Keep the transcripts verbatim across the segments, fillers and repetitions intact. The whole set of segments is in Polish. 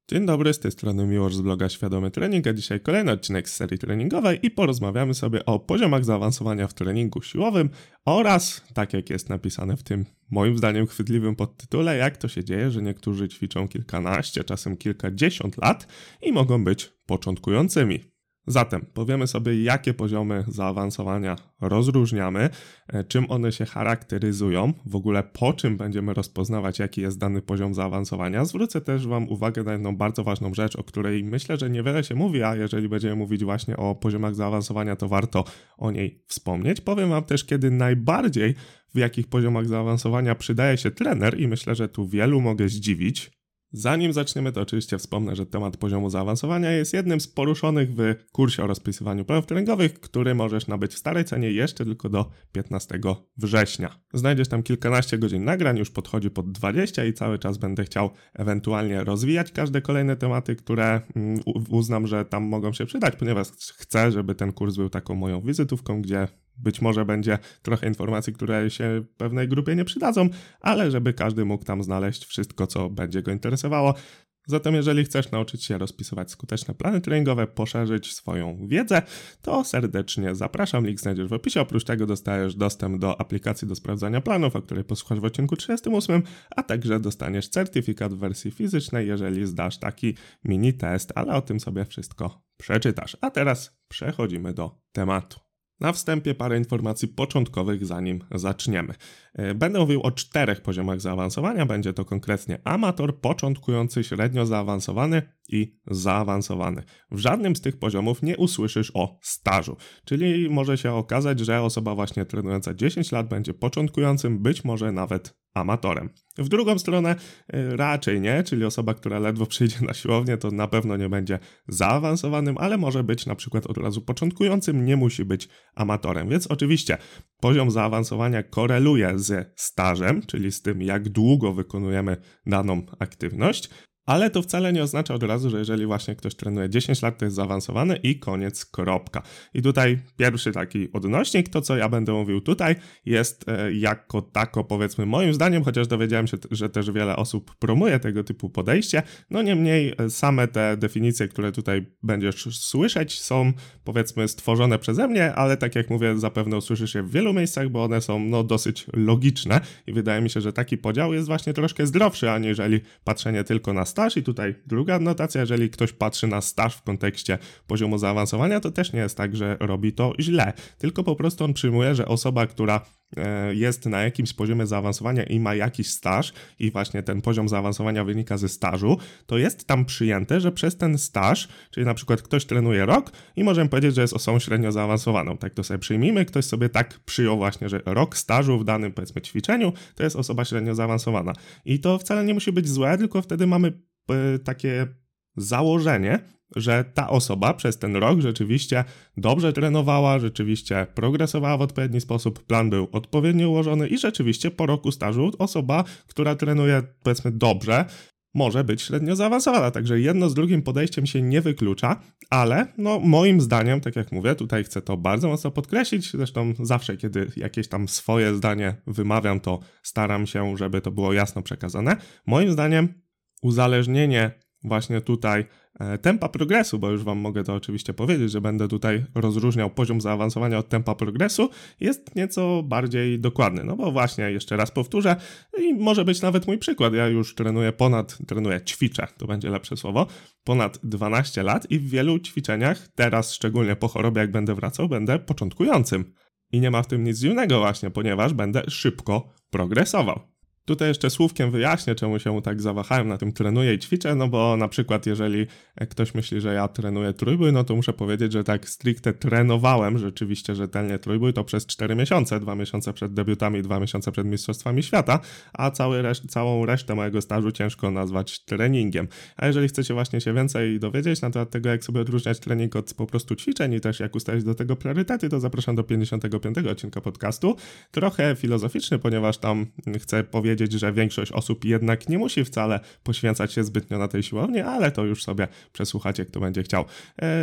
Dzień dobry, z tej strony Miłosz z bloga Świadomy Trening, a dzisiaj kolejny odcinek z serii treningowej i porozmawiamy sobie o poziomach zaawansowania w treningu siłowym oraz, tak jak jest napisane w tym moim zdaniem chwytliwym podtytule, jak to się dzieje, że niektórzy ćwiczą kilkanaście, czasem kilkadziesiąt lat i mogą być początkującymi. Zatem powiemy sobie, jakie poziomy zaawansowania rozróżniamy, czym one się charakteryzują, w ogóle po czym będziemy rozpoznawać, jaki jest dany poziom zaawansowania. Zwrócę też Wam uwagę na jedną bardzo ważną rzecz, o której myślę, że niewiele się mówi, a jeżeli będziemy mówić właśnie o poziomach zaawansowania, to warto o niej wspomnieć. Powiem Wam też, kiedy najbardziej w jakich poziomach zaawansowania przydaje się trener i myślę, że tu wielu mogę zdziwić. Zanim zaczniemy, to oczywiście wspomnę, że temat poziomu zaawansowania jest jednym z poruszonych w kursie o rozpisywaniu planów treningowych, który możesz nabyć w starej cenie jeszcze tylko do piętnastego września. Znajdziesz tam kilkanaście godzin nagrań, już podchodzi pod dwadzieścia i cały czas będę chciał ewentualnie rozwijać każde kolejne tematy, które mm, uznam, że tam mogą się przydać, ponieważ chcę, żeby ten kurs był taką moją wizytówką, gdzie być może będzie trochę informacji, które się pewnej grupie nie przydadzą, ale żeby każdy mógł tam znaleźć wszystko, co będzie go interesowało. Zatem jeżeli chcesz nauczyć się rozpisywać skuteczne plany treningowe, poszerzyć swoją wiedzę, to serdecznie zapraszam, link znajdziesz w opisie. Oprócz tego dostajesz dostęp do aplikacji do sprawdzania planów, o której posłuchasz w odcinku trzydziestym ósmym, a także dostaniesz certyfikat w wersji fizycznej, jeżeli zdasz taki mini test, ale o tym sobie wszystko przeczytasz. A teraz przechodzimy do tematu. Na wstępie parę informacji początkowych, zanim zaczniemy. Będę mówił o czterech poziomach zaawansowania. Będzie to konkretnie amator, początkujący, średnio zaawansowany i zaawansowany. W żadnym z tych poziomów nie usłyszysz o stażu, czyli może się okazać, że osoba właśnie trenująca dziesięć lat będzie początkującym, być może nawet amatorem. W drugą stronę raczej nie, czyli osoba, która ledwo przyjdzie na siłownię, to na pewno nie będzie zaawansowanym, ale może być na przykład od razu początkującym, nie musi być amatorem. Więc oczywiście poziom zaawansowania koreluje z stażem, czyli z tym, jak długo wykonujemy daną aktywność, ale to wcale nie oznacza od razu, że jeżeli właśnie ktoś trenuje dziesięć lat, to jest zaawansowany i koniec, kropka. I tutaj pierwszy taki odnośnik, to co ja będę mówił tutaj, jest e, jako tako powiedzmy moim zdaniem, chociaż dowiedziałem się, że też wiele osób promuje tego typu podejście, no niemniej same te definicje, które tutaj będziesz słyszeć, są powiedzmy stworzone przeze mnie, ale tak jak mówię, zapewne usłyszysz je w wielu miejscach, bo one są no dosyć logiczne i wydaje mi się, że taki podział jest właśnie troszkę zdrowszy, aniżeli patrzenie tylko na staż. I tutaj druga notacja, jeżeli ktoś patrzy na staż w kontekście poziomu zaawansowania, to też nie jest tak, że robi to źle, tylko po prostu on przyjmuje, że osoba, która jest na jakimś poziomie zaawansowania i ma jakiś staż i właśnie ten poziom zaawansowania wynika ze stażu, to jest tam przyjęte, że przez ten staż, czyli na przykład ktoś trenuje rok i możemy powiedzieć, że jest osobą średnio zaawansowaną. Tak to sobie przyjmijmy, ktoś sobie tak przyjął właśnie, że rok stażu w danym powiedzmy ćwiczeniu to jest osoba średnio zaawansowana. I to wcale nie musi być złe, tylko wtedy mamy takie założenie, że ta osoba przez ten rok rzeczywiście dobrze trenowała, rzeczywiście progresowała w odpowiedni sposób, plan był odpowiednio ułożony i rzeczywiście po roku stażu osoba, która trenuje powiedzmy dobrze, może być średnio zaawansowana, także jedno z drugim podejściem się nie wyklucza, ale no moim zdaniem, tak jak mówię, tutaj chcę to bardzo mocno podkreślić, zresztą zawsze, kiedy jakieś tam swoje zdanie wymawiam, to staram się, żeby to było jasno przekazane. Moim zdaniem uzależnienie właśnie tutaj e, tempa progresu, bo już Wam mogę to oczywiście powiedzieć, że będę tutaj rozróżniał poziom zaawansowania od tempa progresu, jest nieco bardziej dokładny, no bo właśnie, jeszcze raz powtórzę i może być nawet mój przykład, ja już trenuję ponad, trenuję, ćwiczę, to będzie lepsze słowo, ponad dwanaście lat i w wielu ćwiczeniach, teraz szczególnie po chorobie, jak będę wracał, będę początkującym. I nie ma w tym nic dziwnego właśnie, ponieważ będę szybko progresował. Tutaj jeszcze słówkiem wyjaśnię, czemu się tak zawahałem na tym trenuję i ćwiczę, no bo na przykład jeżeli ktoś myśli, że ja trenuję trójbój, no to muszę powiedzieć, że tak stricte trenowałem rzeczywiście rzetelnie trójbój to przez cztery miesiące, dwa miesiące przed debiutami, dwa miesiące przed mistrzostwami świata, a cały reszt- całą resztę mojego stażu ciężko nazwać treningiem. A jeżeli chcecie właśnie się więcej dowiedzieć na temat tego, jak sobie odróżniać trening od po prostu ćwiczeń i też jak ustalić do tego priorytety, to zapraszam do pięćdziesiątego piątego odcinka podcastu. Trochę filozoficzny, ponieważ tam chcę powiedzieć, że większość osób jednak nie musi wcale poświęcać się zbytnio na tej siłowni, ale to już sobie przesłuchacie, kto będzie chciał.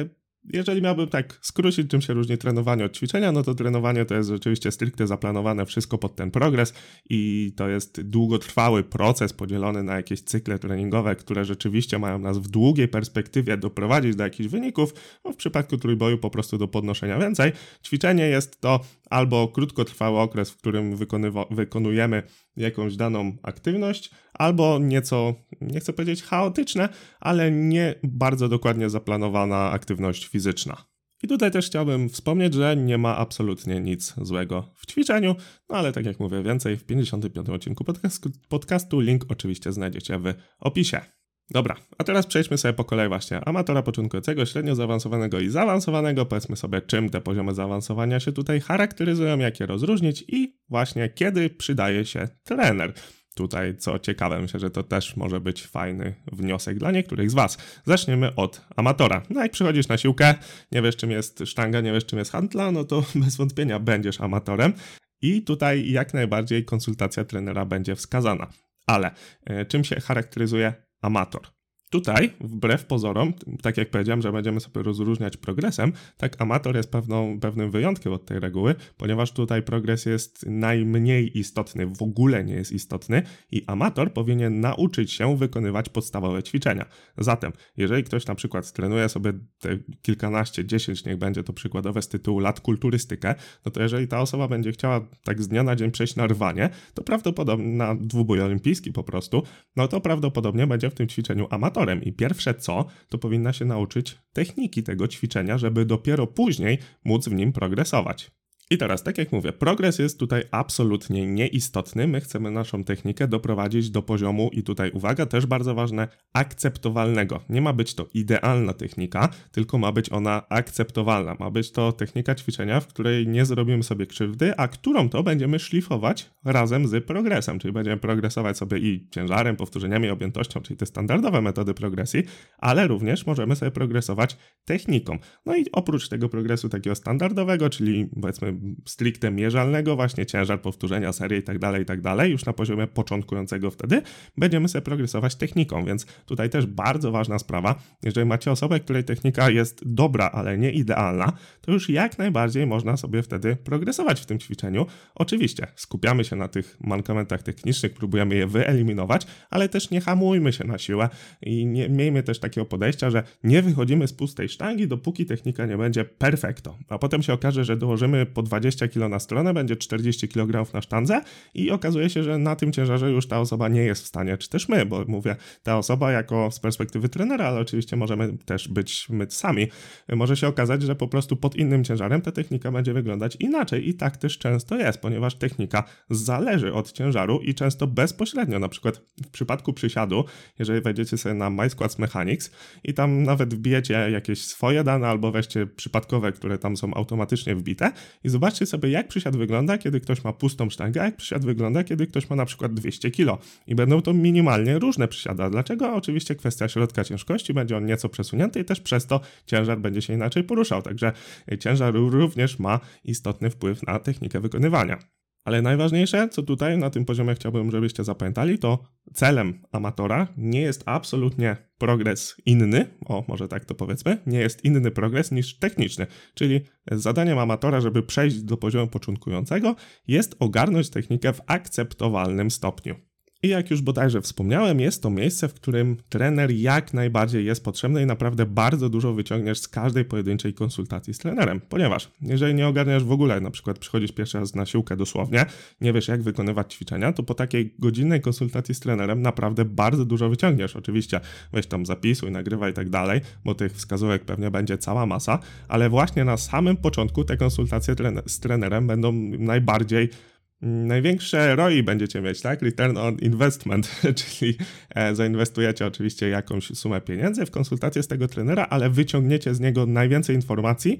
jeżeli miałbym tak skrócić, czym się różni trenowanie od ćwiczenia, no to trenowanie to jest rzeczywiście stricte zaplanowane wszystko pod ten progres i to jest długotrwały proces podzielony na jakieś cykle treningowe, które rzeczywiście mają nas w długiej perspektywie doprowadzić do jakichś wyników, no w przypadku trójboju po prostu do podnoszenia więcej. Ćwiczenie jest to albo krótkotrwały okres, w którym wykonywa- wykonujemy jakąś daną aktywność, albo nieco, nie chcę powiedzieć chaotyczne, ale nie bardzo dokładnie zaplanowana aktywność fizyczna. I tutaj też chciałbym wspomnieć, że nie ma absolutnie nic złego w ćwiczeniu, no ale tak jak mówię, więcej w pięćdziesiątym piątym odcinku podcastu, podcastu, link oczywiście znajdziecie w opisie. Dobra, a teraz przejdźmy sobie po kolei właśnie amatora początkującego, średnio zaawansowanego i zaawansowanego. Powiedzmy sobie, czym te poziomy zaawansowania się tutaj charakteryzują, jak je rozróżnić i właśnie kiedy przydaje się trener. Tutaj, co ciekawe, myślę, że to też może być fajny wniosek dla niektórych z Was. Zaczniemy od amatora. No jak przychodzisz na siłkę, nie wiesz czym jest sztanga, nie wiesz czym jest hantla, no to bez wątpienia będziesz amatorem. I tutaj jak najbardziej konsultacja trenera będzie wskazana. Ale e, czym się charakteryzuje amator? Tutaj, wbrew pozorom, tak jak powiedziałem, że będziemy sobie rozróżniać progresem, tak amator jest pewną, pewnym wyjątkiem od tej reguły, ponieważ tutaj progres jest najmniej istotny, w ogóle nie jest istotny i amator powinien nauczyć się wykonywać podstawowe ćwiczenia. Zatem, jeżeli ktoś na przykład trenuje sobie te kilkanaście, dziesięć, niech będzie to przykładowe z tytułu lat kulturystykę, no to jeżeli ta osoba będzie chciała tak z dnia na dzień przejść na rwanie, to prawdopodobnie na dwubój olimpijski po prostu, no to prawdopodobnie będzie w tym ćwiczeniu amator. I pierwsze co, to powinna się nauczyć techniki tego ćwiczenia, żeby dopiero później móc w nim progresować. I teraz, tak jak mówię, progres jest tutaj absolutnie nieistotny. My chcemy naszą technikę doprowadzić do poziomu, i tutaj uwaga, też bardzo ważne, akceptowalnego. Nie ma być to idealna technika, tylko ma być ona akceptowalna. Ma być to technika ćwiczenia, w której nie zrobimy sobie krzywdy, a którą to będziemy szlifować razem z progresem, czyli będziemy progresować sobie i ciężarem, powtórzeniami, objętością, czyli te standardowe metody progresji, ale również możemy sobie progresować techniką. No i oprócz tego progresu takiego standardowego, czyli powiedzmy stricte mierzalnego, właśnie ciężar, powtórzenia, serie i tak dalej, i tak dalej, już na poziomie początkującego wtedy, będziemy sobie progresować techniką, więc tutaj też bardzo ważna sprawa, jeżeli macie osobę, której technika jest dobra, ale nie idealna, to już jak najbardziej można sobie wtedy progresować w tym ćwiczeniu. Oczywiście skupiamy się na tych mankamentach technicznych, próbujemy je wyeliminować, ale też nie hamujmy się na siłę i nie miejmy też takiego podejścia, że nie wychodzimy z pustej sztangi, dopóki technika nie będzie perfekto, a potem się okaże, że dołożymy po dwadzieścia kilo na stronę, będzie czterdzieści kilogramów na sztandze i okazuje się, że na tym ciężarze już ta osoba nie jest w stanie, czy też my, bo mówię, ta osoba jako z perspektywy trenera, ale oczywiście możemy też być my sami, może się okazać, że po prostu pod innym ciężarem ta technika będzie wyglądać inaczej i tak też często jest, ponieważ technika zależy od ciężaru i często bezpośrednio, na przykład w przypadku przysiadu, jeżeli wejdziecie sobie na MySquats Mechanics i tam nawet wbijecie jakieś swoje dane albo weźcie przypadkowe, które tam są automatycznie wbite i zobaczcie sobie, jak przysiad wygląda, kiedy ktoś ma pustą sztangę, a jak przysiad wygląda, kiedy ktoś ma na przykład dwieście kilo. I będą to minimalnie różne przysiady. A dlaczego? Oczywiście kwestia środka ciężkości, będzie on nieco przesunięty i też przez to ciężar będzie się inaczej poruszał. Także ciężar również ma istotny wpływ na technikę wykonywania. Ale najważniejsze, co tutaj na tym poziomie chciałbym, żebyście zapamiętali, to celem amatora nie jest absolutnie progres inny, o może tak to powiedzmy, nie jest inny progres niż techniczny, czyli zadaniem amatora, żeby przejść do poziomu początkującego, jest ogarnąć technikę w akceptowalnym stopniu. I jak już bodajże wspomniałem, jest to miejsce, w którym trener jak najbardziej jest potrzebny i naprawdę bardzo dużo wyciągniesz z każdej pojedynczej konsultacji z trenerem, ponieważ jeżeli nie ogarniasz w ogóle, na przykład przychodzisz pierwszy raz na siłkę dosłownie, nie wiesz jak wykonywać ćwiczenia, to po takiej godzinnej konsultacji z trenerem naprawdę bardzo dużo wyciągniesz. Oczywiście weź tam zapisuj, nagrywaj i tak dalej, bo tych wskazówek pewnie będzie cała masa, ale właśnie na samym początku te konsultacje z trenerem będą najbardziej Największe R O I będziecie mieć, tak? Return on investment, czyli e, zainwestujecie oczywiście jakąś sumę pieniędzy w konsultację z tego trenera, ale wyciągniecie z niego najwięcej informacji,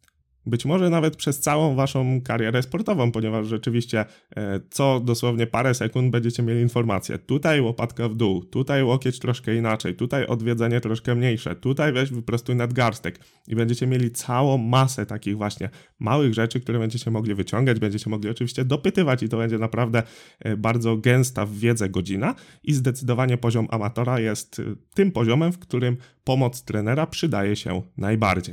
być może nawet przez całą waszą karierę sportową, ponieważ rzeczywiście e, co dosłownie parę sekund będziecie mieli informację. Tutaj łopatka w dół, tutaj łokieć troszkę inaczej, tutaj odwiedzenie troszkę mniejsze, tutaj weź wyprostuj nadgarstek i będziecie mieli całą masę takich właśnie małych rzeczy, które będziecie mogli wyciągać, będziecie mogli oczywiście dopytywać i to będzie naprawdę e, bardzo gęsta w wiedzę godzina i zdecydowanie poziom amatora jest e, tym poziomem, w którym pomoc trenera przydaje się najbardziej.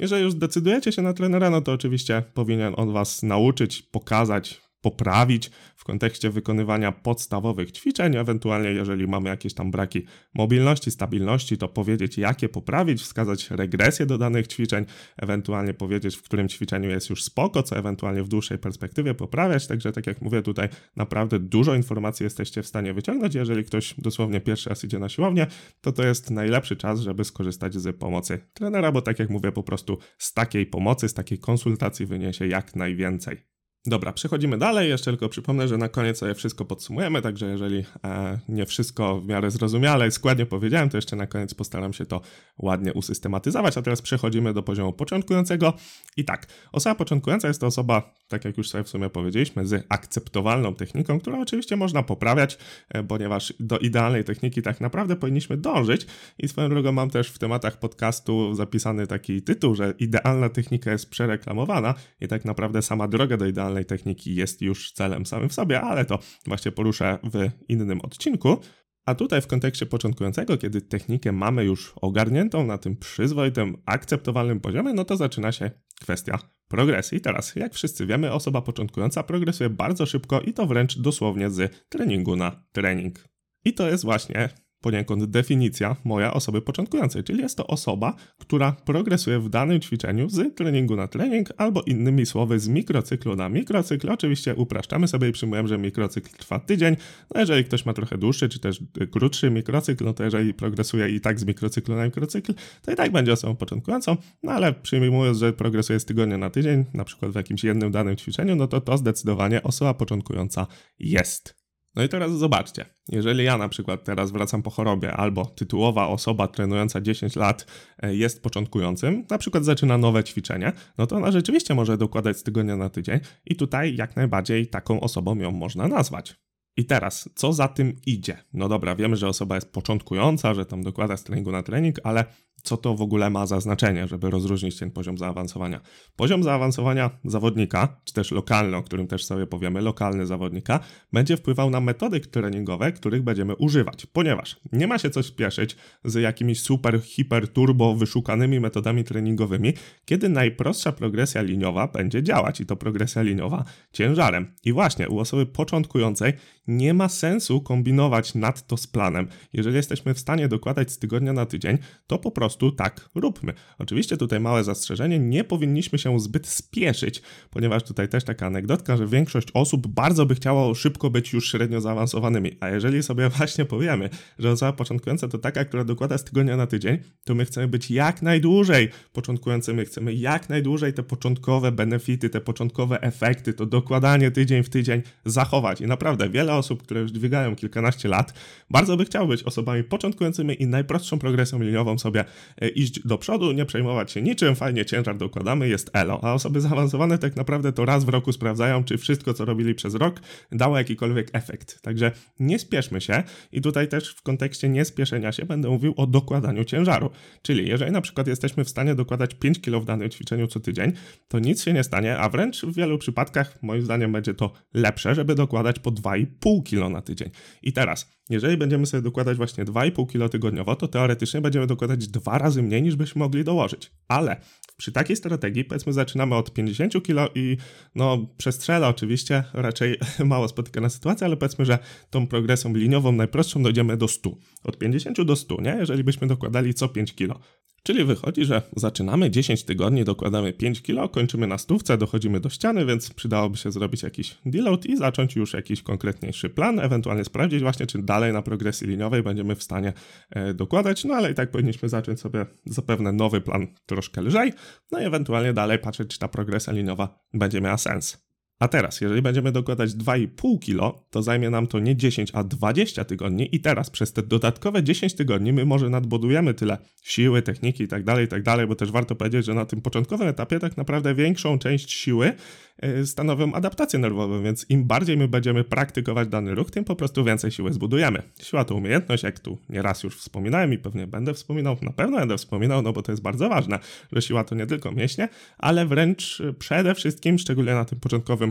Jeżeli już decydujecie się na trenera, no to oczywiście powinien on was nauczyć, pokazać, poprawić w kontekście wykonywania podstawowych ćwiczeń, ewentualnie jeżeli mamy jakieś tam braki mobilności, stabilności, to powiedzieć jakie poprawić, wskazać regresję do danych ćwiczeń, ewentualnie powiedzieć w którym ćwiczeniu jest już spoko, co ewentualnie w dłuższej perspektywie poprawiać, także tak jak mówię tutaj naprawdę dużo informacji jesteście w stanie wyciągnąć, jeżeli ktoś dosłownie pierwszy raz idzie na siłownię, to to jest najlepszy czas, żeby skorzystać z pomocy trenera, bo tak jak mówię po prostu z takiej pomocy, z takiej konsultacji wyniesie jak najwięcej. Dobra, przechodzimy dalej. Jeszcze tylko przypomnę, że na koniec sobie wszystko podsumujemy, także jeżeli e, nie wszystko w miarę zrozumiale i składnie powiedziałem, to jeszcze na koniec postaram się to ładnie usystematyzować, a teraz przechodzimy do poziomu początkującego. I tak, osoba początkująca jest to osoba, tak jak już sobie w sumie powiedzieliśmy, z akceptowalną techniką, którą oczywiście można poprawiać, e, ponieważ do idealnej techniki tak naprawdę powinniśmy dążyć. I swoją drogą mam też w tematach podcastu zapisany taki tytuł, że idealna technika jest przereklamowana i tak naprawdę sama droga do idealnej techniki jest już celem samym w sobie, ale to właśnie poruszę w innym odcinku. A tutaj w kontekście początkującego, kiedy technikę mamy już ogarniętą na tym przyzwoitym, akceptowalnym poziomie, no to zaczyna się kwestia progresji. I teraz, jak wszyscy wiemy, osoba początkująca progresuje bardzo szybko i to wręcz dosłownie z treningu na trening. I to jest właśnie poniekąd definicja moja osoby początkującej, czyli jest to osoba, która progresuje w danym ćwiczeniu z treningu na trening, albo innymi słowy z mikrocyklu na mikrocykl. Oczywiście upraszczamy sobie i przyjmujemy, że mikrocykl trwa tydzień. No jeżeli ktoś ma trochę dłuższy, czy też krótszy mikrocykl, no to jeżeli progresuje i tak z mikrocyklu na mikrocykl, to i tak będzie osobą początkującą, no ale przyjmując, że progresuje z tygodnia na tydzień, na przykład w jakimś jednym danym ćwiczeniu, no to to zdecydowanie osoba początkująca jest. No i teraz zobaczcie, jeżeli ja na przykład teraz wracam po chorobie albo tytułowa osoba trenująca dziesięć lat jest początkującym, na przykład zaczyna nowe ćwiczenie, no to ona rzeczywiście może dokładać z tygodnia na tydzień i tutaj jak najbardziej taką osobą ją można nazwać. I teraz, co za tym idzie? No dobra, wiemy, że osoba jest początkująca, że tam dokłada z treningu na trening, ale co to w ogóle ma za znaczenie, żeby rozróżnić ten poziom zaawansowania? Poziom zaawansowania zawodnika, czy też lokalny, o którym też sobie powiemy, lokalny zawodnika, będzie wpływał na metody treningowe, których będziemy używać, ponieważ nie ma się co spieszyć z jakimiś super, hiper, turbo wyszukanymi metodami treningowymi, kiedy najprostsza progresja liniowa będzie działać i to progresja liniowa ciężarem. I właśnie u osoby początkującej nie ma sensu kombinować nadto z planem. Jeżeli jesteśmy w stanie dokładać z tygodnia na tydzień, to po prostu tak róbmy. Oczywiście tutaj małe zastrzeżenie, nie powinniśmy się zbyt spieszyć, ponieważ tutaj też taka anegdotka, że większość osób bardzo by chciało szybko być już średnio zaawansowanymi, a jeżeli sobie właśnie powiemy, że osoba początkująca to taka, która dokłada z tygodnia na tydzień, to my chcemy być jak najdłużej początkującymi, chcemy jak najdłużej te początkowe benefity, te początkowe efekty, to dokładanie tydzień w tydzień zachować i naprawdę wiele osób, które już dźwigają kilkanaście lat, bardzo by chciało być osobami początkującymi i najprostszą progresją liniową sobie iść do przodu, nie przejmować się niczym, fajnie ciężar dokładamy, jest elo. A osoby zaawansowane tak naprawdę to raz w roku sprawdzają, czy wszystko, co robili przez rok, dało jakikolwiek efekt. Także nie spieszmy się i tutaj też w kontekście niespieszenia się będę mówił o dokładaniu ciężaru. Czyli jeżeli na przykład jesteśmy w stanie dokładać pięć kilogramów w danym ćwiczeniu co tydzień, to nic się nie stanie, a wręcz w wielu przypadkach moim zdaniem będzie to lepsze, żeby dokładać po dwa i pół kilo na tydzień. I teraz, jeżeli będziemy sobie dokładać właśnie dwa i pół kilo tygodniowo, to teoretycznie będziemy dokładać dwa razy mniej niż byśmy mogli dołożyć. Ale przy takiej strategii, powiedzmy, zaczynamy od pięćdziesięciu kilo i no przestrzelę oczywiście, raczej mało spotykana sytuacja, ale powiedzmy, że tą progresją liniową najprostszą dojdziemy do stu. Od pięćdziesięciu do stu, nie? Jeżeli byśmy dokładali co pięć kilo. Czyli wychodzi, że zaczynamy dziesięć tygodni, dokładamy pięć kilo, kończymy na stówce, dochodzimy do ściany, więc przydałoby się zrobić jakiś deload i zacząć już jakiś konkretniejszy plan, ewentualnie sprawdzić właśnie, czy dalej na progresji liniowej będziemy w stanie e, dokładać, no ale i tak powinniśmy zacząć sobie zapewne nowy plan troszkę lżej, no i ewentualnie dalej patrzeć, czy ta progresja liniowa będzie miała sens. A teraz, jeżeli będziemy dokładać dwa i pół kilo, to zajmie nam to nie dziesięć, a dwadzieścia tygodni i teraz przez te dodatkowe dziesięć tygodni my może nadbudujemy tyle siły, techniki i tak dalej, i tak dalej, bo też warto powiedzieć, że na tym początkowym etapie tak naprawdę większą część siły stanowią adaptacje nerwowe, więc im bardziej my będziemy praktykować dany ruch, tym po prostu więcej siły zbudujemy. Siła to umiejętność, jak tu nieraz już wspominałem i pewnie będę wspominał, na pewno będę wspominał, no bo to jest bardzo ważne, że siła to nie tylko mięśnie, ale wręcz przede wszystkim, szczególnie na tym początkowym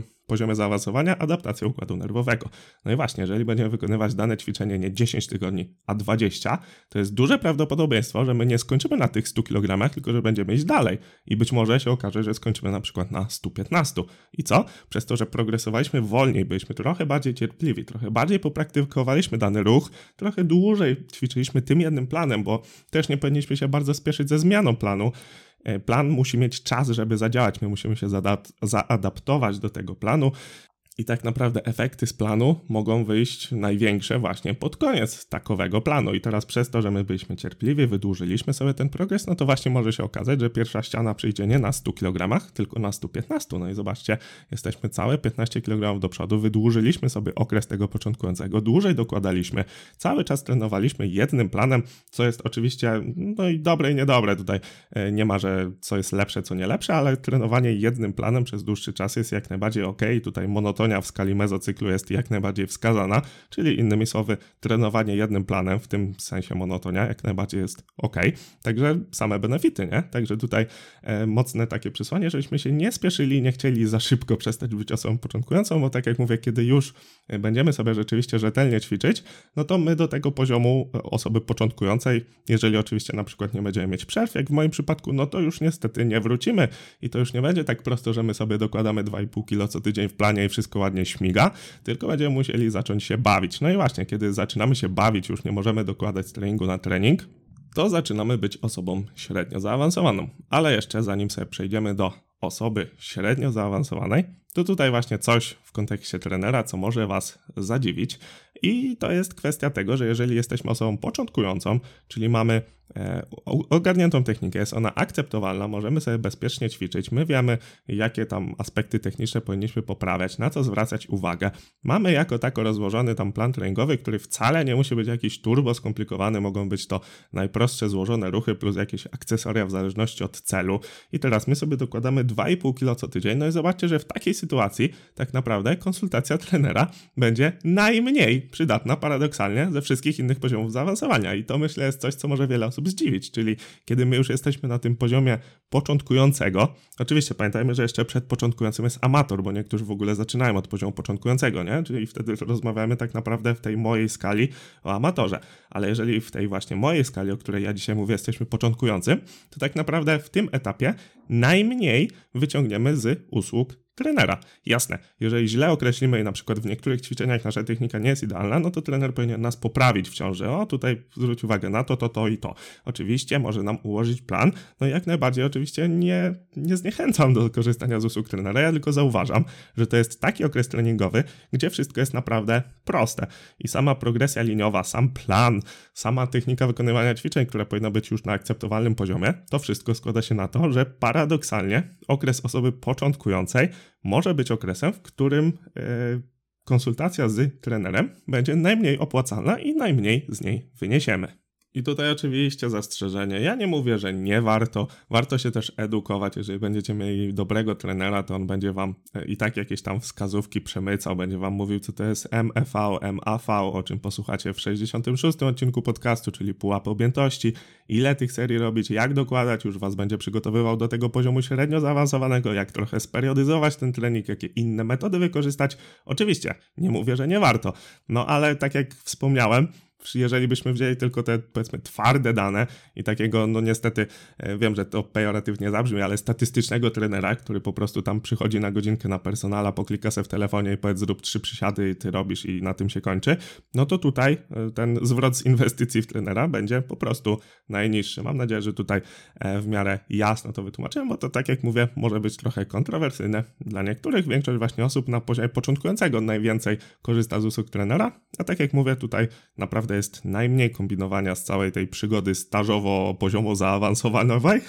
drugim poziomie zaawansowania adaptacja układu nerwowego. No i właśnie, jeżeli będziemy wykonywać dane ćwiczenie nie dziesięć tygodni, a dwadzieścia, to jest duże prawdopodobieństwo, że my nie skończymy na tych stu kilogramach, tylko że będziemy iść dalej. I być może się okaże, że skończymy na przykład na stu piętnastu. I co? Przez to, że progresowaliśmy wolniej, byliśmy trochę bardziej cierpliwi, trochę bardziej popraktykowaliśmy dany ruch, trochę dłużej ćwiczyliśmy tym jednym planem, bo też nie powinniśmy się bardzo spieszyć ze zmianą planu. Plan musi mieć czas, żeby zadziałać. My musimy się zaadaptować do tego planu i tak naprawdę efekty z planu mogą wyjść największe właśnie pod koniec takowego planu. I teraz przez to, że my byliśmy cierpliwi, wydłużyliśmy sobie ten progres, no to właśnie może się okazać, że pierwsza ściana przyjdzie nie na stu kilogramach, tylko na stu piętnastu. No i zobaczcie, jesteśmy całe piętnaście kilogramów do przodu, wydłużyliśmy sobie okres tego początkującego, dłużej dokładaliśmy, cały czas trenowaliśmy jednym planem, co jest oczywiście no i dobre i niedobre. Tutaj nie ma, że co jest lepsze, co nie lepsze, ale trenowanie jednym planem przez dłuższy czas jest jak najbardziej ok. Tutaj monotonia w skali mezocyklu jest jak najbardziej wskazana, czyli innymi słowy trenowanie jednym planem, w tym sensie monotonia jak najbardziej jest ok. Także same benefity, nie? Także tutaj e, mocne takie przesłanie, żebyśmy się nie spieszyli, nie chcieli za szybko przestać być osobą początkującą, bo tak jak mówię, kiedy już będziemy sobie rzeczywiście rzetelnie ćwiczyć, no to my do tego poziomu osoby początkującej, jeżeli oczywiście na przykład nie będziemy mieć przerw, jak w moim przypadku, no to już niestety nie wrócimy i to już nie będzie tak prosto, że my sobie dokładamy dwa i pół kilo co tydzień w planie i wszystko ładnie śmiga, tylko będziemy musieli zacząć się bawić. No i właśnie, kiedy zaczynamy się bawić, już nie możemy dokładać z treningu na trening, to zaczynamy być osobą średnio zaawansowaną. Ale jeszcze zanim sobie przejdziemy do osoby średnio zaawansowanej, to tutaj właśnie coś w kontekście trenera, co może Was zadziwić. I to jest kwestia tego, że jeżeli jesteśmy osobą początkującą, czyli mamy e, ogarniętą technikę, jest ona akceptowalna, możemy sobie bezpiecznie ćwiczyć, my wiemy, jakie tam aspekty techniczne powinniśmy poprawiać, na co zwracać uwagę. Mamy jako tako rozłożony tam plan treningowy, który wcale nie musi być jakiś turbo skomplikowany, mogą być to najprostsze złożone ruchy plus jakieś akcesoria w zależności od celu. I teraz my sobie dokładamy dwa i pół kilo co tydzień, no i zobaczcie, że w takiej sytuacji tak naprawdę konsultacja trenera będzie najmniej przydatna paradoksalnie ze wszystkich innych poziomów zaawansowania i to myślę jest coś, co może wiele osób zdziwić, czyli kiedy my już jesteśmy na tym poziomie początkującego, oczywiście pamiętajmy, że jeszcze przed początkującym jest amator, bo niektórzy w ogóle zaczynają od poziomu początkującego, nie? Czyli wtedy rozmawiamy tak naprawdę w tej mojej skali o amatorze, ale jeżeli w tej właśnie mojej skali, o której ja dzisiaj mówię, jesteśmy początkujący, to tak naprawdę w tym etapie najmniej wyciągniemy z usług trenera. Jasne, jeżeli źle określimy i na przykład w niektórych ćwiczeniach nasza technika nie jest idealna, no to trener powinien nas poprawić w ciąży. O, tutaj zwróć uwagę na to, to, to i to. Oczywiście może nam ułożyć plan, no i jak najbardziej oczywiście nie, nie zniechęcam do korzystania z usług trenera, ja tylko zauważam, że to jest taki okres treningowy, gdzie wszystko jest naprawdę proste i sama progresja liniowa, sam plan, sama technika wykonywania ćwiczeń, która powinna być już na akceptowalnym poziomie, to wszystko składa się na to, że paradoksalnie okres osoby początkującej może być okresem, w którym yy, konsultacja z trenerem będzie najmniej opłacalna i najmniej z niej wyniesiemy. I tutaj oczywiście zastrzeżenie. Ja nie mówię, że nie warto. Warto się też edukować. Jeżeli będziecie mieli dobrego trenera, to on będzie wam i tak jakieś tam wskazówki przemycał, będzie wam mówił, co to jest M E V, M A V, o czym posłuchacie w sześćdziesiątym szóstym odcinku podcastu, czyli pułapy objętości, ile tych serii robić, jak dokładać, już was będzie przygotowywał do tego poziomu średnio zaawansowanego, jak trochę speriodyzować ten trening, jakie inne metody wykorzystać. Oczywiście, nie mówię, że nie warto, no ale tak jak wspomniałem, jeżeli byśmy wzięli tylko te, powiedzmy, twarde dane i takiego, no niestety, wiem, że to pejoratywnie zabrzmi, ale statystycznego trenera, który po prostu tam przychodzi na godzinkę na personala, poklika se w telefonie i powiedz, zrób trzy przysiady i ty robisz i na tym się kończy, no to tutaj ten zwrot z inwestycji w trenera będzie po prostu najniższy. Mam nadzieję, że tutaj w miarę jasno to wytłumaczyłem, bo to, tak jak mówię, może być trochę kontrowersyjne dla niektórych. Większość właśnie osób na poziomie początkującego najwięcej korzysta z usług trenera, a tak jak mówię, tutaj naprawdę jest najmniej kombinowania z całej tej przygody stażowo-poziomo zaawansowanej,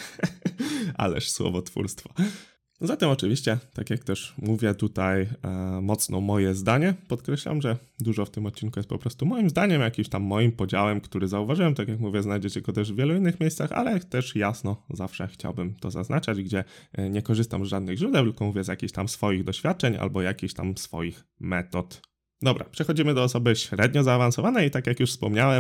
ależ słowotwórstwo. Zatem oczywiście, tak jak też mówię tutaj e, mocno moje zdanie, podkreślam, że dużo w tym odcinku jest po prostu moim zdaniem, jakimś tam moim podziałem, który zauważyłem, tak jak mówię, znajdziecie go też w wielu innych miejscach, ale też jasno zawsze chciałbym to zaznaczać, gdzie e, nie korzystam z żadnych źródeł, tylko mówię z jakichś tam swoich doświadczeń albo jakichś tam swoich metod. Dobra, przechodzimy do osoby średnio zaawansowanej i tak jak już wspomniałem,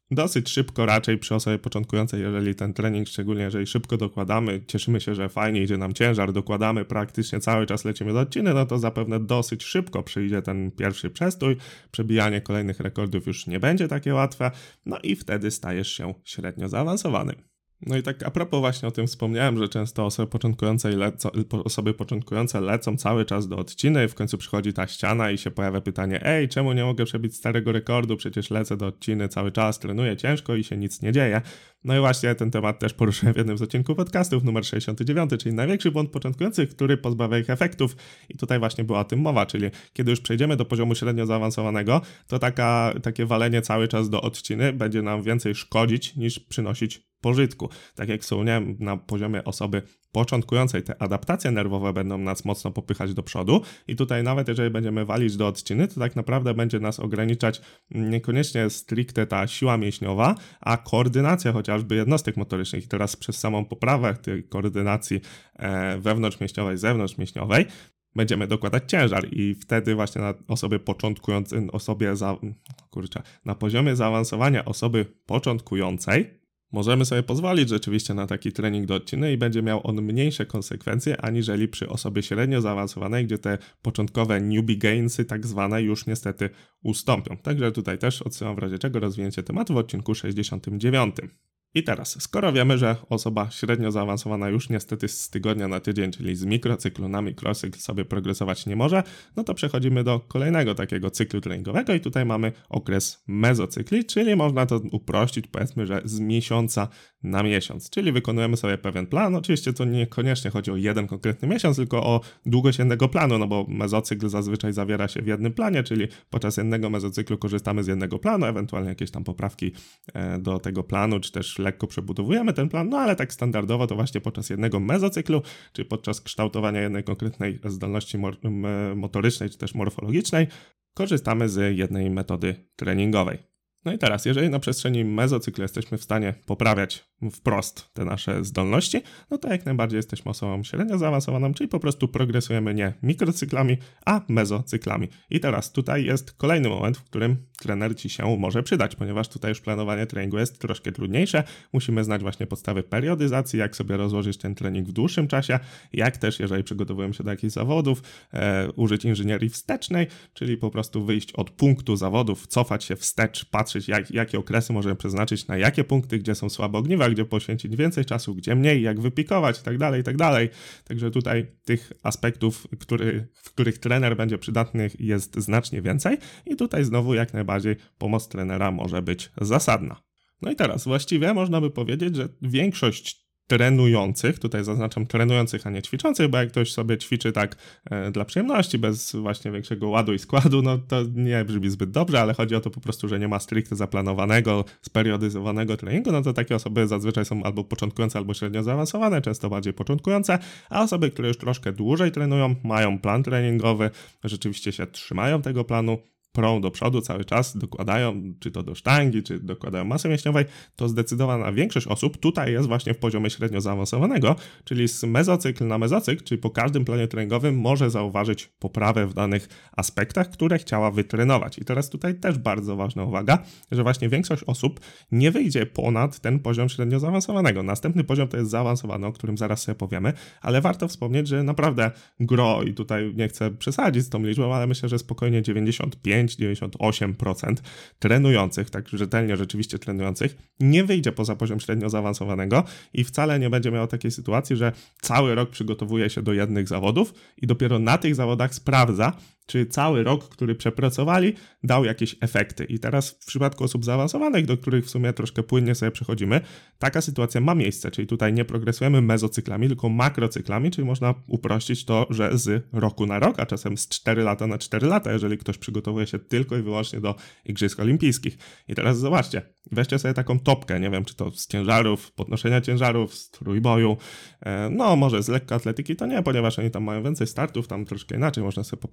dosyć szybko raczej przy osobie początkującej, jeżeli ten trening, szczególnie jeżeli szybko dokładamy, cieszymy się, że fajnie idzie nam ciężar, dokładamy praktycznie cały czas, lecimy do odciny, no to zapewne dosyć szybko przyjdzie ten pierwszy przestój, przebijanie kolejnych rekordów już nie będzie takie łatwe, no i wtedy stajesz się średnio zaawansowanym. No i tak a propos właśnie o tym wspomniałem, że często osoby początkujące, leco, osoby początkujące lecą cały czas do odciny i w końcu przychodzi ta ściana i się pojawia pytanie: ej, czemu nie mogę przebić starego rekordu, przecież lecę do odciny cały czas, trenuję ciężko i się nic nie dzieje. No i właśnie ten temat też poruszyłem w jednym z odcinków podcastów, numer sześćdziesiąty dziewiąty, czyli największy błąd początkujących, który pozbawia ich efektów. I tutaj właśnie była o tym mowa, czyli kiedy już przejdziemy do poziomu średnio zaawansowanego, to taka, takie walenie cały czas do odciny będzie nam więcej szkodzić niż przynosić pożytku. Tak jak wspomniałem, na poziomie osoby początkującej te adaptacje nerwowe będą nas mocno popychać do przodu i tutaj nawet jeżeli będziemy walić do odciny, to tak naprawdę będzie nas ograniczać niekoniecznie stricte ta siła mięśniowa, a koordynacja chociażby jednostek motorycznych. I teraz przez samą poprawę tej koordynacji e, wewnątrzmięśniowej, zewnątrzmięśniowej będziemy dokładać ciężar i wtedy właśnie na osobie początkującej, osobie za, kurczę, na poziomie zaawansowania osoby początkującej możemy sobie pozwolić rzeczywiście na taki trening do odciny i będzie miał on mniejsze konsekwencje aniżeli przy osobie średnio zaawansowanej, gdzie te początkowe newbie gainsy tak zwane już niestety ustąpią. Także tutaj też odsyłam w razie czego rozwinięcie tematu w odcinku sześćdziesiątym dziewiątym. I teraz, skoro wiemy, że osoba średnio zaawansowana już niestety z tygodnia na tydzień, czyli z mikrocyklu na mikrocykl sobie progresować nie może, no to przechodzimy do kolejnego takiego cyklu treningowego i tutaj mamy okres mezocykli, czyli można to uprościć, powiedzmy, że z miesiąca na miesiąc, czyli wykonujemy sobie pewien plan. Oczywiście to niekoniecznie chodzi o jeden konkretny miesiąc, tylko o długość jednego planu, no bo mezocykl zazwyczaj zawiera się w jednym planie, czyli podczas jednego mezocyklu korzystamy z jednego planu, ewentualnie jakieś tam poprawki do tego planu, czy też lekko przebudowujemy ten plan, no ale tak standardowo to właśnie podczas jednego mezocyklu, czyli podczas kształtowania jednej konkretnej zdolności motorycznej, czy też morfologicznej, korzystamy z jednej metody treningowej. No i teraz, jeżeli na przestrzeni mezocyklu jesteśmy w stanie poprawiać wprost te nasze zdolności, no to jak najbardziej jesteśmy osobą średnio zaawansowaną, czyli po prostu progresujemy nie mikrocyklami, a mezocyklami. I teraz tutaj jest kolejny moment, w którym trener Ci się może przydać, ponieważ tutaj już planowanie treningu jest troszkę trudniejsze. Musimy znać właśnie podstawy periodyzacji, jak sobie rozłożyć ten trening w dłuższym czasie, jak też, jeżeli przygotowujemy się do jakichś zawodów, e, użyć inżynierii wstecznej, czyli po prostu wyjść od punktu zawodów, cofać się wstecz, patrzeć jak, jakie okresy możemy przeznaczyć na jakie punkty, gdzie są słabe ogniwa, gdzie poświęcić więcej czasu, gdzie mniej, jak wypikować i tak dalej, i tak dalej. Także tutaj tych aspektów, który, w których trener będzie przydatny, jest znacznie więcej i tutaj znowu jak najbardziej pomoc trenera może być zasadna. No i teraz właściwie można by powiedzieć, że większość trenujących, tutaj zaznaczam trenujących, a nie ćwiczących, bo jak ktoś sobie ćwiczy tak e, dla przyjemności, bez właśnie większego ładu i składu, no to nie brzmi zbyt dobrze, ale chodzi o to po prostu, że nie ma stricte zaplanowanego, speriodyzowanego treningu, no to takie osoby zazwyczaj są albo początkujące, albo średnio zaawansowane, często bardziej początkujące, a osoby, które już troszkę dłużej trenują, mają plan treningowy, rzeczywiście się trzymają tego planu, prą do przodu cały czas, dokładają czy to do sztangi, czy dokładają masy mięśniowej, to zdecydowana większość osób tutaj jest właśnie w poziomie średnio zaawansowanego, czyli z mezocykl na mezocykl, czyli po każdym planie treningowym może zauważyć poprawę w danych aspektach, które chciała wytrenować. I teraz tutaj też bardzo ważna uwaga, że właśnie większość osób nie wyjdzie ponad ten poziom średnio zaawansowanego. Następny poziom to jest zaawansowany, o którym zaraz sobie powiemy, ale warto wspomnieć, że naprawdę gro, i tutaj nie chcę przesadzić z tą liczbą, ale myślę, że spokojnie dziewięćdziesiąt pięć do dziewięćdziesięciu ośmiu procent trenujących, tak rzetelnie rzeczywiście trenujących, nie wyjdzie poza poziom średnio zaawansowanego i wcale nie będzie miało takiej sytuacji, że cały rok przygotowuje się do jednych zawodów i dopiero na tych zawodach sprawdza, czy cały rok, który przepracowali, dał jakieś efekty. I teraz w przypadku osób zaawansowanych, do których w sumie troszkę płynnie sobie przechodzimy, taka sytuacja ma miejsce, czyli tutaj nie progresujemy mezocyklami, tylko makrocyklami, czyli można uprościć to, że z roku na rok, a czasem z cztery lata na cztery lata, jeżeli ktoś przygotowuje się tylko i wyłącznie do Igrzysk Olimpijskich. I teraz zobaczcie, weźcie sobie taką topkę, nie wiem, czy to z ciężarów, podnoszenia ciężarów, z trójboju, no może z lekkoatletyki to nie, ponieważ oni tam mają więcej startów, tam troszkę inaczej można sobie poprogramować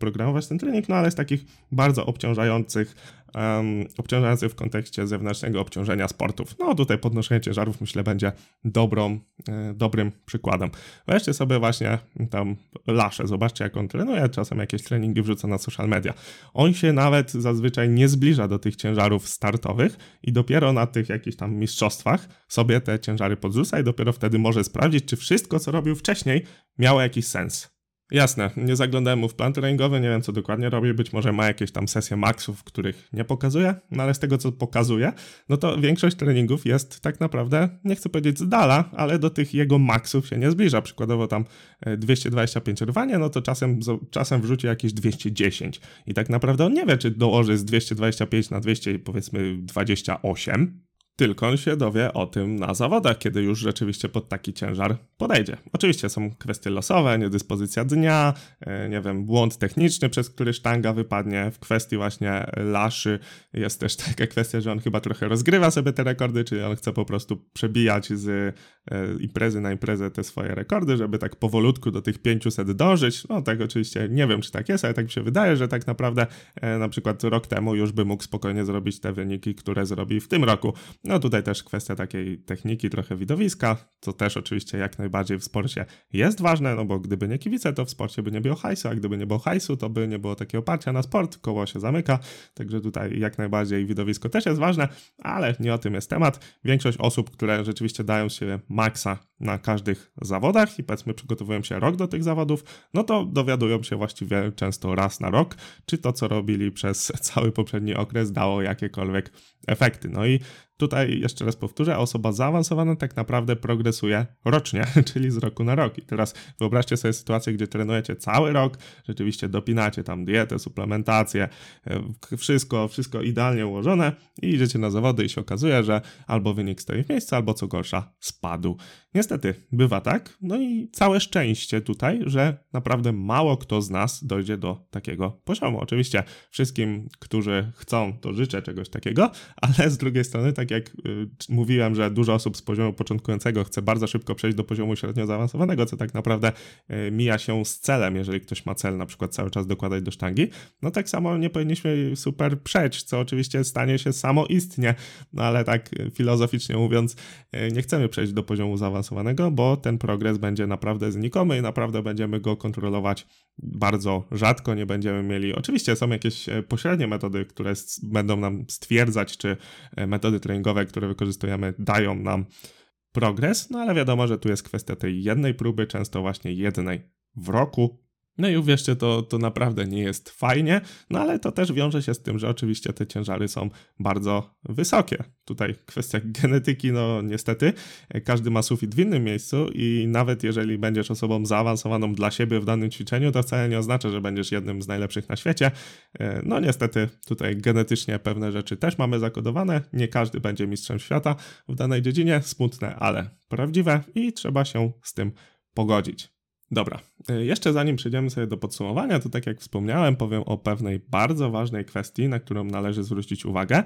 wykonywać ten trening, no ale z takich bardzo obciążających, um, obciążających w kontekście zewnętrznego obciążenia sportów. No tutaj podnoszenie ciężarów myślę będzie dobrą, e, dobrym przykładem. Weźcie sobie właśnie tam Lasze, zobaczcie jak on trenuje, czasem jakieś treningi wrzuca na social media. On się nawet zazwyczaj nie zbliża do tych ciężarów startowych i dopiero na tych jakichś tam mistrzostwach sobie te ciężary podrzuca i dopiero wtedy może sprawdzić, czy wszystko, co robił wcześniej, miało jakiś sens. Jasne, nie zaglądałem mu w plan treningowy, nie wiem co dokładnie robi, być może ma jakieś tam sesje maksów, których nie pokazuje, no ale z tego co pokazuje, no to większość treningów jest tak naprawdę, nie chcę powiedzieć z dala, ale do tych jego maksów się nie zbliża. Przykładowo tam dwieście dwadzieścia pięć rwanie, no to czasem, czasem wrzuci jakieś dwieście dziesięć i tak naprawdę on nie wie, czy dołoży z dwieście dwadzieścia pięć na dwieście powiedzmy dwadzieścia osiem, tylko on się dowie o tym na zawodach, kiedy już rzeczywiście pod taki ciężar podejdzie. Oczywiście są kwestie losowe, niedyspozycja dnia, nie wiem, błąd techniczny, przez który sztanga wypadnie. W kwestii właśnie Laszy jest też taka kwestia, że on chyba trochę rozgrywa sobie te rekordy, czyli on chce po prostu przebijać z imprezy na imprezę te swoje rekordy, żeby tak powolutku do tych pięciuset dążyć. No tak oczywiście nie wiem, czy tak jest, ale tak mi się wydaje, że tak naprawdę na przykład rok temu już by mógł spokojnie zrobić te wyniki, które zrobi w tym roku. No tutaj też kwestia takiej techniki, trochę widowiska, co też oczywiście jak najbardziej w sporcie jest ważne, no bo gdyby nie kibice, to w sporcie by nie było hajsu, a gdyby nie było hajsu, to by nie było takiego oparcia na sport, koło się zamyka, także tutaj jak najbardziej widowisko też jest ważne, ale nie o tym jest temat. Większość osób, które rzeczywiście dają się maksa na każdych zawodach i powiedzmy przygotowują się rok do tych zawodów, no to dowiadują się właściwie często raz na rok, czy to co robili przez cały poprzedni okres dało jakiekolwiek efekty. No i tutaj jeszcze raz powtórzę, osoba zaawansowana tak naprawdę progresuje rocznie, czyli z roku na rok. I teraz wyobraźcie sobie sytuację, gdzie trenujecie cały rok, rzeczywiście dopinacie tam dietę, suplementację, wszystko, wszystko idealnie ułożone i idziecie na zawody i się okazuje, że albo wynik stoi w miejscu, albo co gorsza spadł. Niestety, bywa tak. No i całe szczęście tutaj, że naprawdę mało kto z nas dojdzie do takiego poziomu. Oczywiście wszystkim, którzy chcą, to życzę czegoś takiego, ale z drugiej strony, tak jak y, mówiłem, że dużo osób z poziomu początkującego chce bardzo szybko przejść do poziomu średnio zaawansowanego, co tak naprawdę y, mija się z celem, jeżeli ktoś ma cel na przykład cały czas dokładać do sztangi, no tak samo nie powinniśmy super przejść, co oczywiście stanie się samoistnie, no ale tak filozoficznie mówiąc, y, nie chcemy przejść do poziomu zaawansowanego, bo ten progres będzie naprawdę znikomy i naprawdę będziemy go kontrolować bardzo rzadko, nie będziemy mieli, oczywiście są jakieś pośrednie metody, które będą nam stwierdzać, czy metody treningowe, które wykorzystujemy, dają nam progres, no ale wiadomo, że tu jest kwestia tej jednej próby, często właśnie jednej w roku. No i uwierzcie, to, to naprawdę nie jest fajnie, no ale to też wiąże się z tym, że oczywiście te ciężary są bardzo wysokie. Tutaj kwestia genetyki, no niestety, każdy ma sufit w innym miejscu i nawet jeżeli będziesz osobą zaawansowaną dla siebie w danym ćwiczeniu, to wcale nie oznacza, że będziesz jednym z najlepszych na świecie. No niestety tutaj genetycznie pewne rzeczy też mamy zakodowane, nie każdy będzie mistrzem świata w danej dziedzinie, smutne, ale prawdziwe i trzeba się z tym pogodzić. Dobra, jeszcze zanim przejdziemy sobie do podsumowania, to tak jak wspomniałem, powiem o pewnej bardzo ważnej kwestii, na którą należy zwrócić uwagę.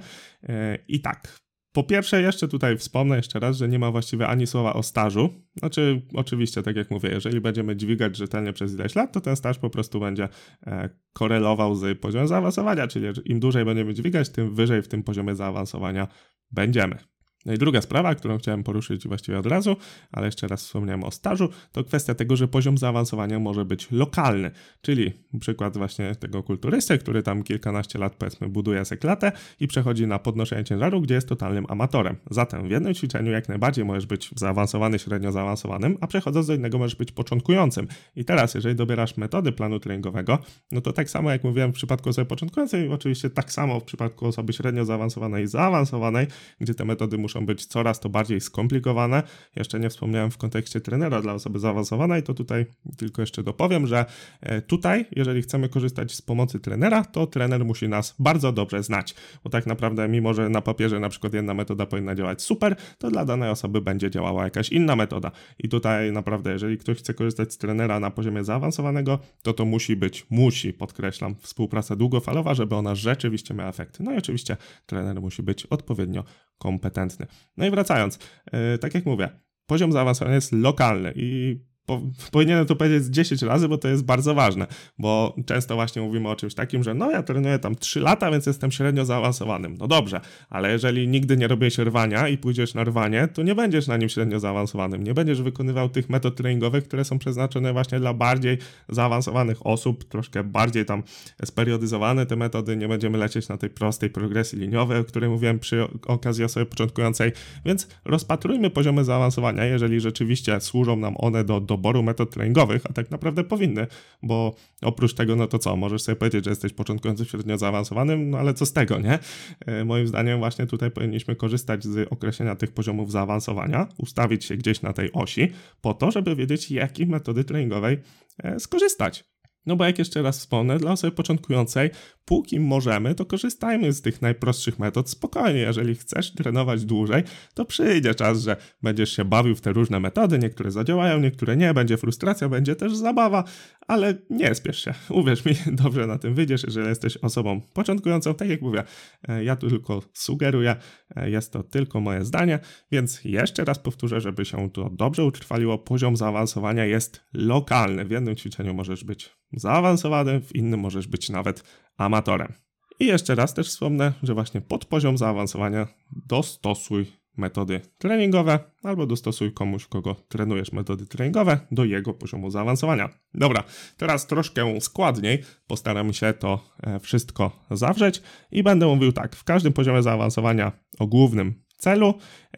I tak, po pierwsze jeszcze tutaj wspomnę jeszcze raz, że nie ma właściwie ani słowa o stażu. Znaczy, oczywiście, tak jak mówię, jeżeli będziemy dźwigać rzetelnie przez ileś lat, to ten staż po prostu będzie korelował z poziomem zaawansowania, czyli im dłużej będziemy dźwigać, tym wyżej w tym poziomie zaawansowania będziemy. No i druga sprawa, którą chciałem poruszyć właściwie od razu, ale jeszcze raz wspomniałem o stażu, to kwestia tego, że poziom zaawansowania może być lokalny, czyli przykład właśnie tego kulturysty, który tam kilkanaście lat powiedzmy buduje se klatę i przechodzi na podnoszenie ciężaru, gdzie jest totalnym amatorem. Zatem w jednym ćwiczeniu jak najbardziej możesz być zaawansowany, średnio zaawansowanym, a przechodząc do innego możesz być początkującym. I teraz, jeżeli dobierasz metody planu treningowego, no to tak samo jak mówiłem w przypadku osoby początkującej, oczywiście tak samo w przypadku osoby średnio zaawansowanej i zaawansowanej, gdzie te metody muszą być coraz to bardziej skomplikowane. Jeszcze nie wspomniałem w kontekście trenera dla osoby zaawansowanej, to tutaj tylko jeszcze dopowiem, że tutaj, jeżeli chcemy korzystać z pomocy trenera, to trener musi nas bardzo dobrze znać, bo tak naprawdę mimo, że na papierze na przykład jedna metoda powinna działać super, to dla danej osoby będzie działała jakaś inna metoda. I tutaj naprawdę, jeżeli ktoś chce korzystać z trenera na poziomie zaawansowanego, to to musi być, musi, podkreślam, współpraca długofalowa, żeby ona rzeczywiście miała efekty. No i oczywiście trener musi być odpowiednio kompetentny. No i wracając, yy, tak jak mówię, poziom zaawansowania jest lokalny i po, powinienem to powiedzieć z dziesięć razy, bo to jest bardzo ważne, bo często właśnie mówimy o czymś takim, że no ja trenuję tam trzy lata, więc jestem średnio zaawansowanym. No dobrze, ale jeżeli nigdy nie robiłeś rwania i pójdziesz na rwanie, to nie będziesz na nim średnio zaawansowanym, nie będziesz wykonywał tych metod treningowych, które są przeznaczone właśnie dla bardziej zaawansowanych osób, troszkę bardziej tam speriodyzowane te metody, nie będziemy lecieć na tej prostej progresji liniowej, o której mówiłem przy okazji osoby początkującej, więc rozpatrujmy poziomy zaawansowania, jeżeli rzeczywiście służą nam one do doboru metod treningowych, a tak naprawdę powinny, bo oprócz tego, no to co, możesz sobie powiedzieć, że jesteś początkującym średnio zaawansowanym, no ale co z tego, nie? E, moim zdaniem właśnie tutaj powinniśmy korzystać z określenia tych poziomów zaawansowania, ustawić się gdzieś na tej osi, po to, żeby wiedzieć, jakiej metody treningowej e, skorzystać. No bo jak jeszcze raz wspomnę, dla osoby początkującej, póki możemy, to korzystajmy z tych najprostszych metod spokojnie. Jeżeli chcesz trenować dłużej, to przyjdzie czas, że będziesz się bawił w te różne metody, niektóre zadziałają, niektóre nie, będzie frustracja, będzie też zabawa, ale nie spiesz się. Uwierz mi, dobrze na tym wyjdziesz, jeżeli jesteś osobą początkującą. Tak jak mówię, ja tu tylko sugeruję, jest to tylko moje zdanie, więc jeszcze raz powtórzę, żeby się to dobrze utrwaliło, poziom zaawansowania jest lokalny. W jednym ćwiczeniu możesz być zaawansowany, w innym możesz być nawet amatorem. I jeszcze raz też wspomnę, że właśnie pod poziom zaawansowania dostosuj metody treningowe albo dostosuj komuś, kogo trenujesz metody treningowe do jego poziomu zaawansowania. Dobra, teraz troszkę składniej postaram się to wszystko zawrzeć i będę mówił tak, w każdym poziomie zaawansowania o głównym celu,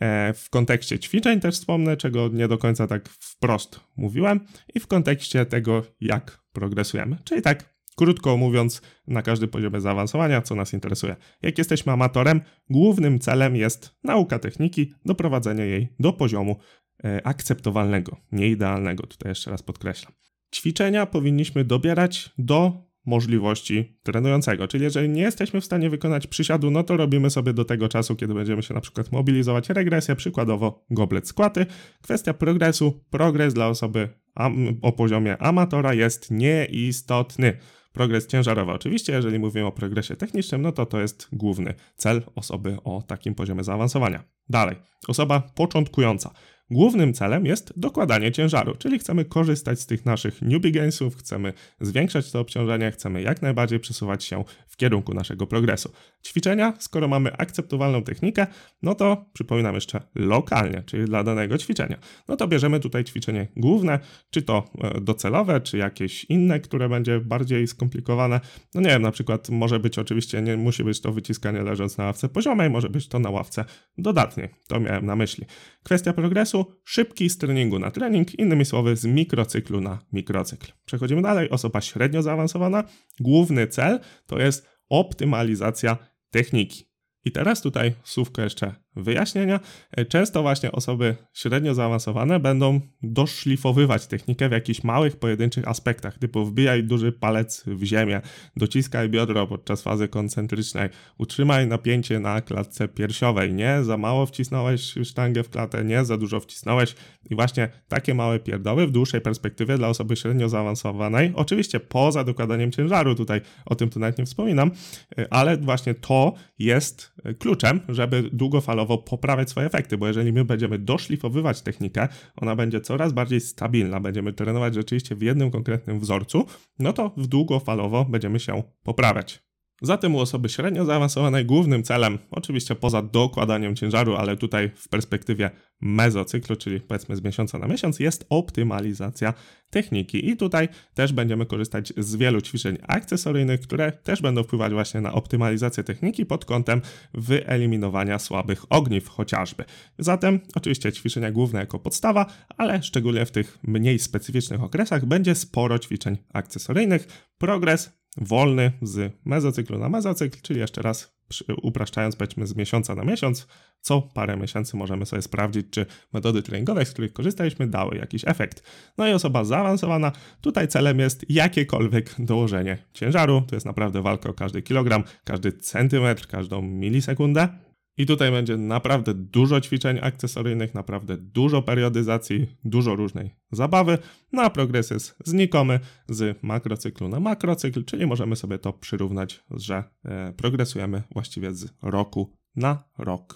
w kontekście ćwiczeń też wspomnę, czego nie do końca tak wprost mówiłem i w kontekście tego, jak progresujemy, czyli tak krótko mówiąc, na każdym poziomie zaawansowania, co nas interesuje. Jak jesteśmy amatorem, głównym celem jest nauka techniki, doprowadzenie jej do poziomu e, akceptowalnego, nie idealnego, tutaj jeszcze raz podkreślam. Ćwiczenia powinniśmy dobierać do możliwości trenującego, czyli jeżeli nie jesteśmy w stanie wykonać przysiadu, no to robimy sobie do tego czasu, kiedy będziemy się na przykład mobilizować regresję, przykładowo goblet skłaty. Kwestia progresu, progres dla osoby o poziomie amatora jest nieistotny. Progres ciężarowy oczywiście, jeżeli mówimy o progresie technicznym, no to to jest główny cel osoby o takim poziomie zaawansowania. Dalej, osoba początkująca. Głównym celem jest dokładanie ciężaru, czyli chcemy korzystać z tych naszych newbie gainsów, chcemy zwiększać to obciążenie, chcemy jak najbardziej przesuwać się w kierunku naszego progresu. Ćwiczenia, skoro mamy akceptowalną technikę, no to przypominam jeszcze lokalnie, czyli dla danego ćwiczenia. No to bierzemy tutaj ćwiczenie główne, czy to docelowe, czy jakieś inne, które będzie bardziej skomplikowane. No nie wiem, na przykład może być oczywiście, nie musi być to wyciskanie leżąc na ławce poziomej, może być to na ławce dodatniej. To miałem na myśli. Kwestia progresu, szybki z treningu na trening, innymi słowy z mikrocyklu na mikrocykl. Przechodzimy dalej, osoba średnio zaawansowana, główny cel to jest optymalizacja techniki. I teraz tutaj słówko jeszcze wyjaśnienia. Często właśnie osoby średnio zaawansowane będą doszlifowywać technikę w jakichś małych, pojedynczych aspektach, typu wbijaj duży palec w ziemię, dociskaj biodro podczas fazy koncentrycznej, utrzymaj napięcie na klatce piersiowej, nie za mało wcisnąłeś sztangę w klatę, nie za dużo wcisnąłeś i właśnie takie małe pierdoły w dłuższej perspektywie dla osoby średnio zaawansowanej, oczywiście poza dokładaniem ciężaru, tutaj o tym tu nawet nie wspominam, ale właśnie to jest kluczem, żeby długofalowo poprawiać swoje efekty, bo jeżeli my będziemy doszlifowywać technikę, ona będzie coraz bardziej stabilna, będziemy trenować rzeczywiście w jednym konkretnym wzorcu, no to w długofalowo będziemy się poprawiać. Zatem u osoby średnio zaawansowanej głównym celem, oczywiście poza dokładaniem ciężaru, ale tutaj w perspektywie mezocyklu, czyli powiedzmy z miesiąca na miesiąc, jest optymalizacja techniki. I tutaj też będziemy korzystać z wielu ćwiczeń akcesoryjnych, które też będą wpływać właśnie na optymalizację techniki pod kątem wyeliminowania słabych ogniw chociażby. Zatem oczywiście ćwiczenia główne jako podstawa, ale szczególnie w tych mniej specyficznych okresach będzie sporo ćwiczeń akcesoryjnych. Progres wolny z mezocyklu na mezocykl, czyli jeszcze raz upraszczając, powiedzmy z miesiąca na miesiąc, co parę miesięcy możemy sobie sprawdzić, czy metody treningowe, z których korzystaliśmy, dały jakiś efekt. No i osoba zaawansowana, tutaj celem jest jakiekolwiek dołożenie ciężaru, to jest naprawdę walka o każdy kilogram, każdy centymetr, każdą milisekundę. I tutaj będzie naprawdę dużo ćwiczeń akcesoryjnych, naprawdę dużo periodyzacji, dużo różnej zabawy, no a progres jest znikomy z makrocyklu na makrocykl, czyli możemy sobie to przyrównać, że e, progresujemy właściwie z roku na rok.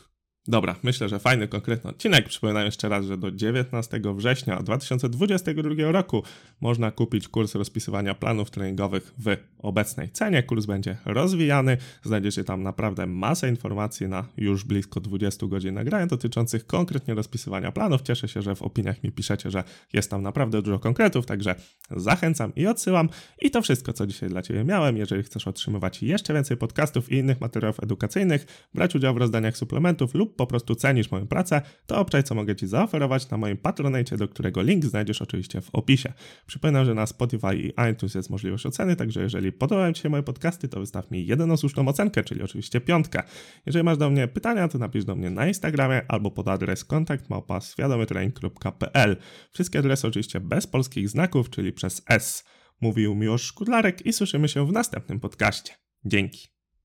Dobra, myślę, że fajny, konkretny odcinek. Przypominam jeszcze raz, że do dziewiętnastego września dwa tysiące dwudziestego drugiego roku można kupić kurs rozpisywania planów treningowych w obecnej cenie. Kurs będzie rozwijany. Znajdziecie tam naprawdę masę informacji na już blisko dwadzieścia godzin nagrania dotyczących konkretnie rozpisywania planów. Cieszę się, że w opiniach mi piszecie, że jest tam naprawdę dużo konkretów, także zachęcam i odsyłam. I to wszystko, co dzisiaj dla Ciebie miałem. Jeżeli chcesz otrzymywać jeszcze więcej podcastów i innych materiałów edukacyjnych, brać udział w rozdaniach suplementów lub po prostu cenisz moją pracę, to obczaj, co mogę Ci zaoferować na moim Patronite, do którego link znajdziesz oczywiście w opisie. Przypominam, że na Spotify i iTunes jest możliwość oceny, także jeżeli podobają Ci się moje podcasty, to wystaw mi jedyną słuszną ocenkę, czyli oczywiście piątkę. Jeżeli masz do mnie pytania, to napisz do mnie na Instagramie albo pod adres kontakt małpa świadomytrening kropka p l. Wszystkie adresy oczywiście bez polskich znaków, czyli przez S. Mówił Miłosz Szkudlarek i słyszymy się w następnym podcaście. Dzięki.